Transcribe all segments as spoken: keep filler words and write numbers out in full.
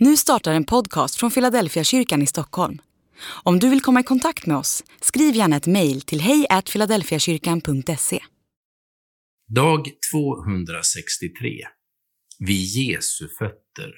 Nu startar en podcast från Philadelphia kyrkan i Stockholm. Om du vill komma i kontakt med oss, skriv gärna ett mejl till hej at philadelphiakyrkan punkt se. Dag tvåhundrasextiotre. Vid Jesu fötter.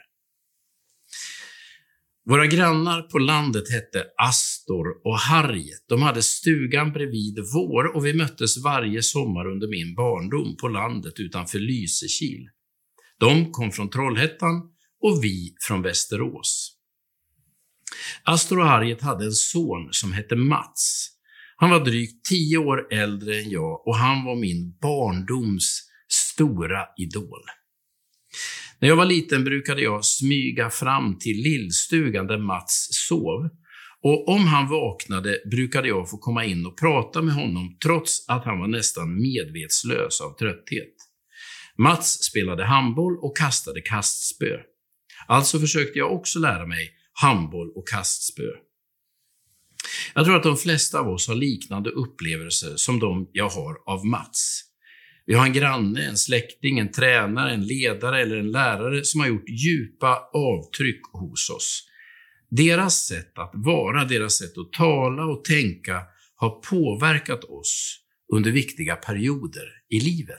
Våra grannar på landet hette Astor och Harriet. De hade stugan bredvid vår och vi möttes varje sommar under min barndom på landet utanför Lysekil. De kom från Trollhättan och vi från Västerås. Astor och Harriet hade en son som hette Mats. Han var drygt tio år äldre än jag och han var min barndoms stora idol. När jag var liten brukade jag smyga fram till lillstugan där Mats sov, och om han vaknade brukade jag få komma in och prata med honom trots att han var nästan medvetslös av trötthet. Mats spelade handboll och kastade kastspö. Alltså försökte jag också lära mig handboll och kastspö. Jag tror att de flesta av oss har liknande upplevelser som de jag har av Mats. Vi har en granne, en släkting, en tränare, en ledare eller en lärare som har gjort djupa avtryck hos oss. Deras sätt att vara, deras sätt att tala och tänka har påverkat oss under viktiga perioder i livet.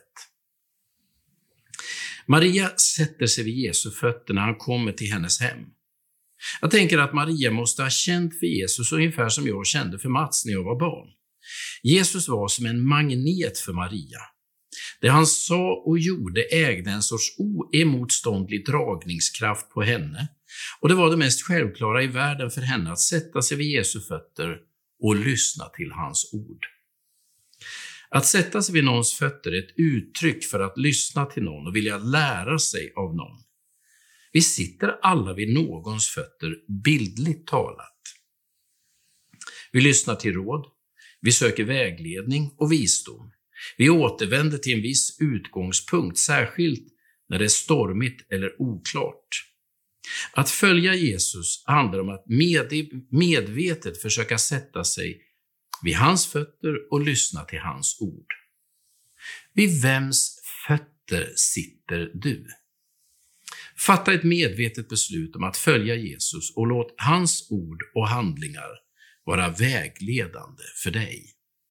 Maria sätter sig vid Jesu fötter när han kommer till hennes hem. Jag tänker att Maria måste ha känt för Jesus ungefär som jag kände för Mats när jag var barn. Jesus var som en magnet för Maria. Det han sa och gjorde ägde en sorts oemotståndlig dragningskraft på henne, och det var det mest självklara i världen för henne att sätta sig vid Jesu fötter och lyssna till hans ord. Att sätta sig vid någons fötter är ett uttryck för att lyssna till någon och vilja lära sig av någon. Vi sitter alla vid någons fötter, bildligt talat. Vi lyssnar till råd, vi söker vägledning och visdom. Vi återvänder till en viss utgångspunkt, särskilt när det är stormigt eller oklart. Att följa Jesus handlar om att med- medvetet försöka sätta sig vid hans fötter och lyssna till hans ord. Vid vems fötter sitter du? Fatta ett medvetet beslut om att följa Jesus och låt hans ord och handlingar vara vägledande för dig.